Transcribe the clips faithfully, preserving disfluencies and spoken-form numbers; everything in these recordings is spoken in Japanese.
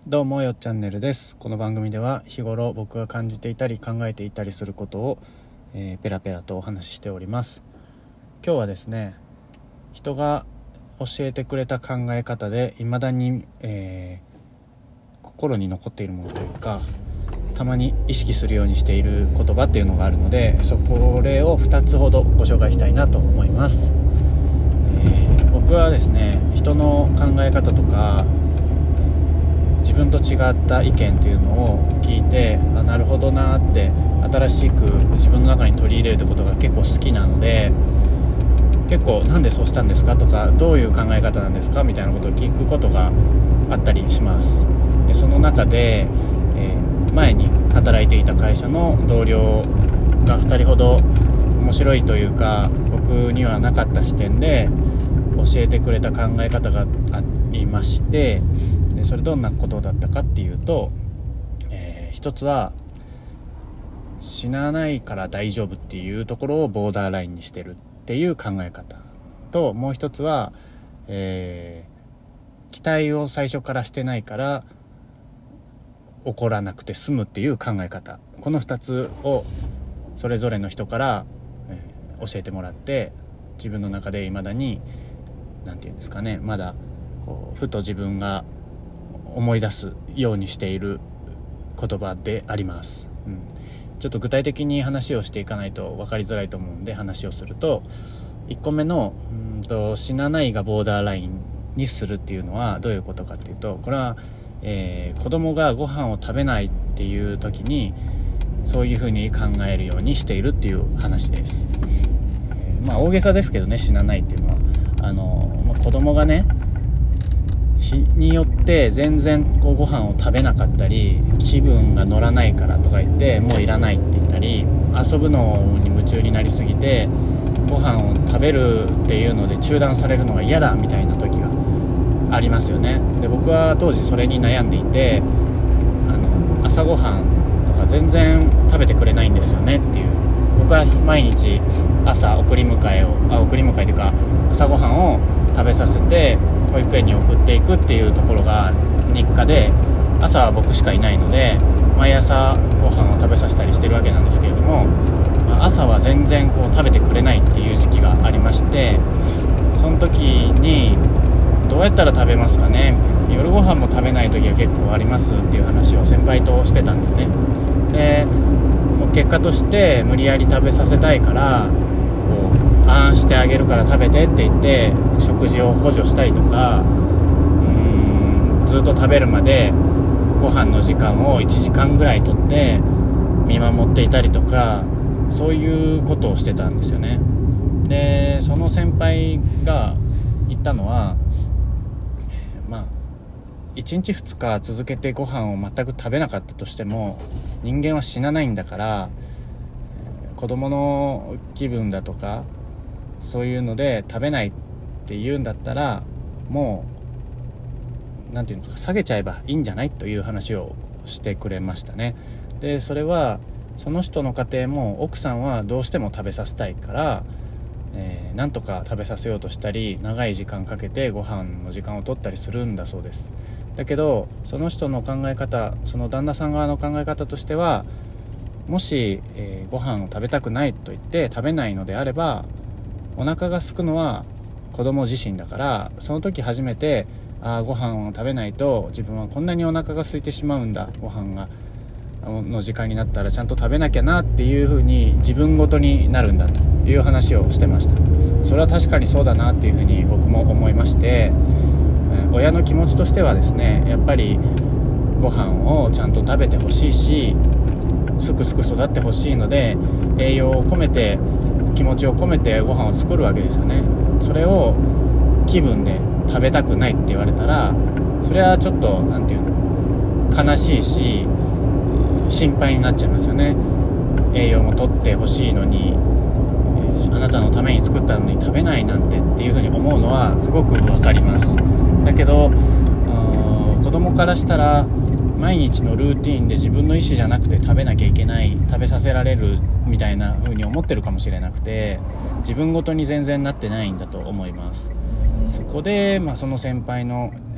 どうもよっチャンネルです。この番組では日頃僕が感じていたり考えていたりすることを、えー、ペラペラとお話ししております。今日はですね、人が教えてくれた考え方で未だに、えー、心に残っているものというか、たまに意識するようにしている言葉っていうのがあるので、そこれをふたつほどご紹介したいなと思います。えー、僕はですね、人の考え方とか自分と違った意見っていうのを聞いて、あ、なるほどなって新しく自分の中に取り入れるってことが結構好きなので、結構なんでそうしたんですかとか、どういう考え方なんですかみたいなことを聞くことがあったりします。でその中で、えー、前に働いていた会社の同僚がふたりほど面白いというか、僕にはなかった視点で教えてくれた考え方がありまして、でそれどんなことだったかっていうと、えー、一つは死なないから大丈夫っていうところをボーダーラインにしてるっていう考え方と、もう一つは、えー、期待を最初からしてないから起こらなくて済むっていう考え方、このふたつをそれぞれの人から、えー、教えてもらって、自分の中で未だになんていうんですかね、まだこうふと自分が思い出すようにしている言葉であります、うん、ちょっと具体的に話をしていかないと分かりづらいと思うんで話をすると、いっこめのうんと死なないがボーダーラインにするっていうのはどういうことかっていうと、これは、えー、子供がご飯を食べないっていう時にそういうふうに考えるようにしているっていう話です、えー、まあ大げさですけどね、死なないっていうのはあの、まあ、子供がね日によって全然こうご飯を食べなかったり、気分が乗らないからとか言ってもういらないって言ったり、遊ぶのに夢中になりすぎてご飯を食べるっていうので中断されるのが嫌だみたいな時がありますよね。で僕は当時それに悩んでいて、あの朝ごはんとか全然食べてくれないんですよねっていう。僕は毎日朝送り迎えをあ送り迎えというか朝ごはんを食べさせて保育園に送っていくっていうところが日課で、朝は僕しかいないので毎朝ご飯を食べさせたりしてるわけなんですけれども、朝は全然こう食べてくれないっていう時期がありまして、その時にどうやったら食べますかねみたいな、夜ご飯も食べない時は結構ありますっていう話を先輩としてたんですね。で結果として無理やり食べさせたいからこうあんしてあげるから食べてって言って食事を補助したりとか、うーんずっと食べるまでご飯の時間をいちじかんぐらいとって見守っていたりとか、そういうことをしてたんですよね。でその先輩が言ったのは、まあいちにちふつか続けてご飯を全く食べなかったとしても人間は死なないんだから、子供の気分だとかそういうので食べないって言うんだったら、もうなんていうのか下げちゃえばいいんじゃないという話をしてくれましたね。でそれはその人の家庭も奥さんはどうしても食べさせたいから、えー、なんとか食べさせようとしたり長い時間かけてご飯の時間を取ったりするんだそうです。だけどその人の考え方、その旦那さん側の考え方としては、もし、えー、ご飯を食べたくないと言って食べないのであれば、お腹が空くのは子供自身だから、その時初めてあご飯を食べないと自分はこんなにお腹が空いてしまうんだ、ご飯がの時間になったらちゃんと食べなきゃなっていう風に自分ごとになるんだという話をしてました。それは確かにそうだなっていう風に僕も思いまして、親の気持ちとしてはですね、やっぱりご飯をちゃんと食べてほしいし、すくすく育ってほしいので栄養を込めて気持ちを込めてご飯を作るわけですよね。それを気分で食べたくないって言われたら、それはちょっとなんていうの悲しいし心配になっちゃいますよね。栄養も取ってほしいのに、あなたのために作ったのに食べないなんてっていうふうに思うのはすごくわかります。だけど子供からしたら毎日のルーティーンで自分の意思じゃなくて食べなきゃいけない、食べさせられるみたいな風に思ってるかもしれなくて、自分ごとに全然なってないんだと思います。そこで、まあ、その先輩の、えー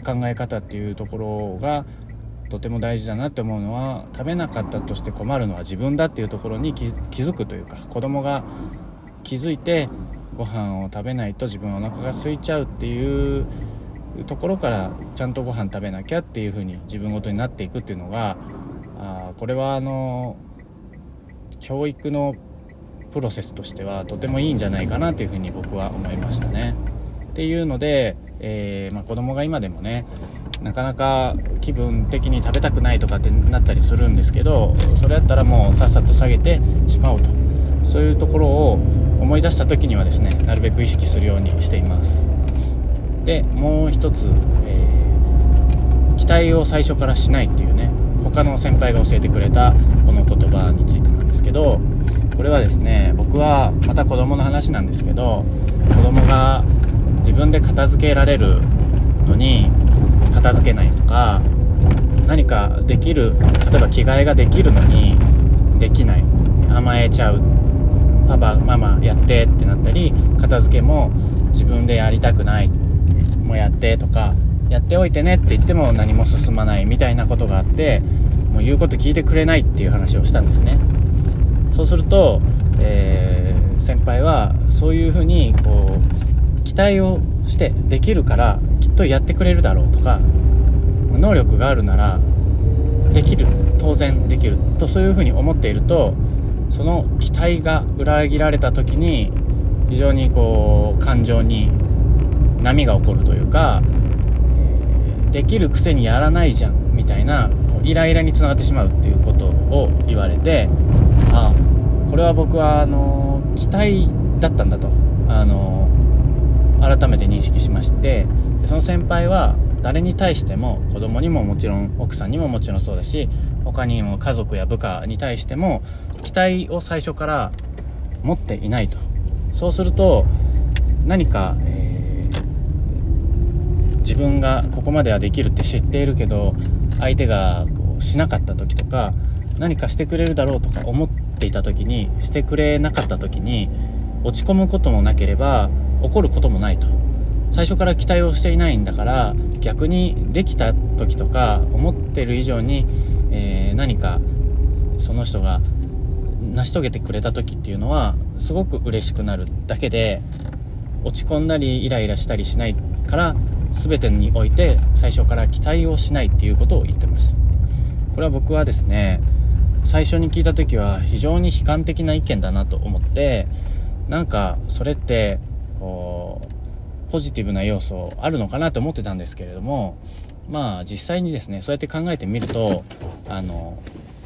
考え方っていうところがとても大事だなって思うのは、食べなかったとして困るのは自分だっていうところに 気, 気づくというか、子供が気づいてご飯を食べないと自分はお腹が空いちゃうっていうところからちゃんとご飯食べなきゃっていう風に自分ごとになっていくっていうのが、あこれはあの教育のプロセスとしてはとてもいいんじゃないかなという風に僕は思いましたね。っていうので、えーまあ、子供が今でもねなかなか気分的に食べたくないとかってなったりするんですけど、それだったらもうさっさと下げてしまおうと、そういうところを思い出した時にはですね、なるべく意識するようにしています。でもう一つ、えー、期待を最初からしないっていうね、他の先輩が教えてくれたこの言葉についてなんですけど、これはですね、僕はまた子供の話なんですけど、子供が自分で片付けられるのに片付けないとか、何かできる、例えば着替えができるのにできない、甘えちゃう、パパママやってってなったり、片付けも自分でやりたくない、もうやってとか、やっておいてねって言っても何も進まないみたいなことがあって、もう言うこと聞いてくれないっていう話をしたんですね。そうすると、えー、先輩はそういうふうにこう期待をしてできるからきっとやってくれるだろうとか、能力があるならできる、当然できると、そういうふうに思っていると、その期待が裏切られた時に非常にこう感情に波が起こるというか、えー、できるくせにやらないじゃんみたいなイライラにつながってしまうっていうことを言われて、あ、これは僕はあの期待だったんだと、あの改めて認識しまして、その先輩は誰に対しても、子供にももちろん、奥さんにももちろんそうだし、他にも家族や部下に対しても期待を最初から持っていないと。そうすると何か、えー、自分がここまではできるって知っているけど相手がこうしなかった時とか、何かしてくれるだろうとか思っていた時にしてくれなかった時に落ち込むこともなければ怒ることもないと。最初から期待をしていないんだから、逆にできた時とか思ってる以上に、えー、何かその人が成し遂げてくれた時っていうのはすごく嬉しくなるだけで、落ち込んだりイライラしたりしないから、全てにおいて最初から期待をしないっていうことを言ってました。これは僕はですね、最初に聞いた時は非常に悲観的な意見だなと思って、なんかそれってこうポジティブな要素あるのかなと思ってたんですけれども、まあ実際にですね、そうやって考えてみると、あの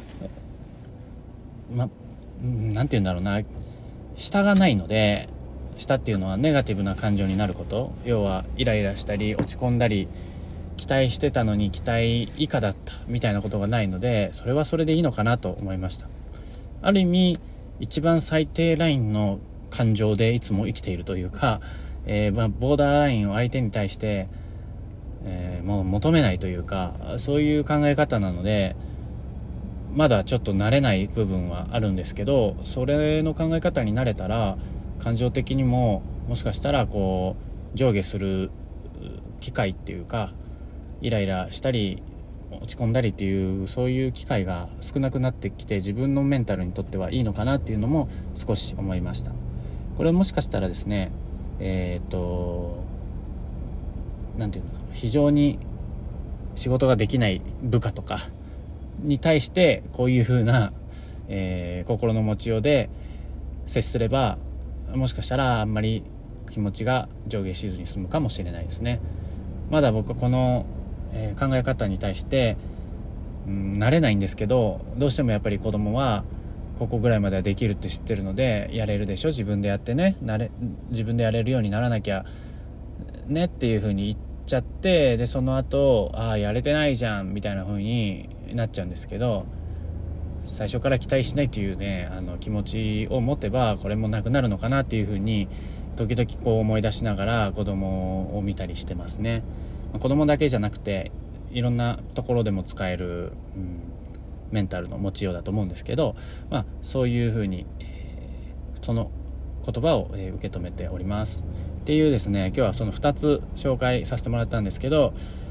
まなんて言うんだろうな、下がないので、下っていうのはネガティブな感情になること、要はイライラしたり落ち込んだり、期待してたのに期待以下だったみたいなことがないので、それはそれでいいのかなと思いました。ある意味一番最低ラインの感情でいつも生きているというか、えーまあ、ボーダーラインを相手に対して、えー、もう求めないというか、そういう考え方なので、まだちょっと慣れない部分はあるんですけど、それの考え方に慣れたら感情的にももしかしたらこう上下する機会っていうか、イライラしたり落ち込んだりっていう、そういう機会が少なくなってきて、自分のメンタルにとってはいいのかなっていうのも少し思いました。これもしかしたらですね、えー、っとなんていうのかな、非常に仕事ができない部下とかに対してこういう風な、えー、心の持ちようで接すれば、もしかしたらあんまり気持ちが上下しずに済むかもしれないですね。まだ僕はこの、えー、考え方に対して、うん、慣れないんですけど、どうしてもやっぱり子供はここぐらいまではできるって知ってるので、やれるでしょ、自分でやってね、なれ自分でやれるようにならなきゃねっていう風に言っちゃって、でその後ああやれてないじゃんみたいな風になっちゃうんですけど、最初から期待しないというね、あの気持ちを持てばこれもなくなるのかなっていう風に時々こう思い出しながら子供を見たりしてますね。子供だけじゃなくていろんなところでも使える、うん、メンタルの持ちようだと思うんですけど、まあ、そういう風に、えー、その言葉を、えー、受け止めておりますっていうですね、今日はそのふたつ紹介させてもらったんですけど、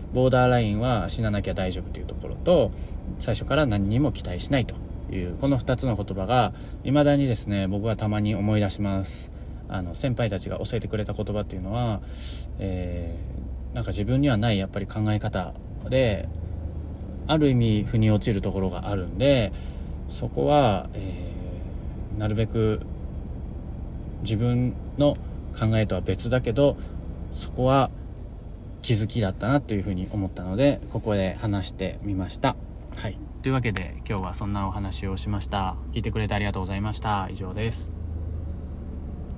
ボーダーラインは死ななきゃ大丈夫というところと、最初から何にも期待しないというこのふたつの言葉が未だにですね僕はたまに思い出します。あの先輩たちが教えてくれた言葉っていうのは、えー、なんか自分にはないやっぱり考え方で、ある意味腑に落ちるところがあるんで、そこは、えー、なるべく自分の考えとは別だけどそこは気づきだったなというふうに思ったので、ここで話してみました。はい、というわけで今日はそんなお話をしました。聞いてくれてありがとうございました。以上です。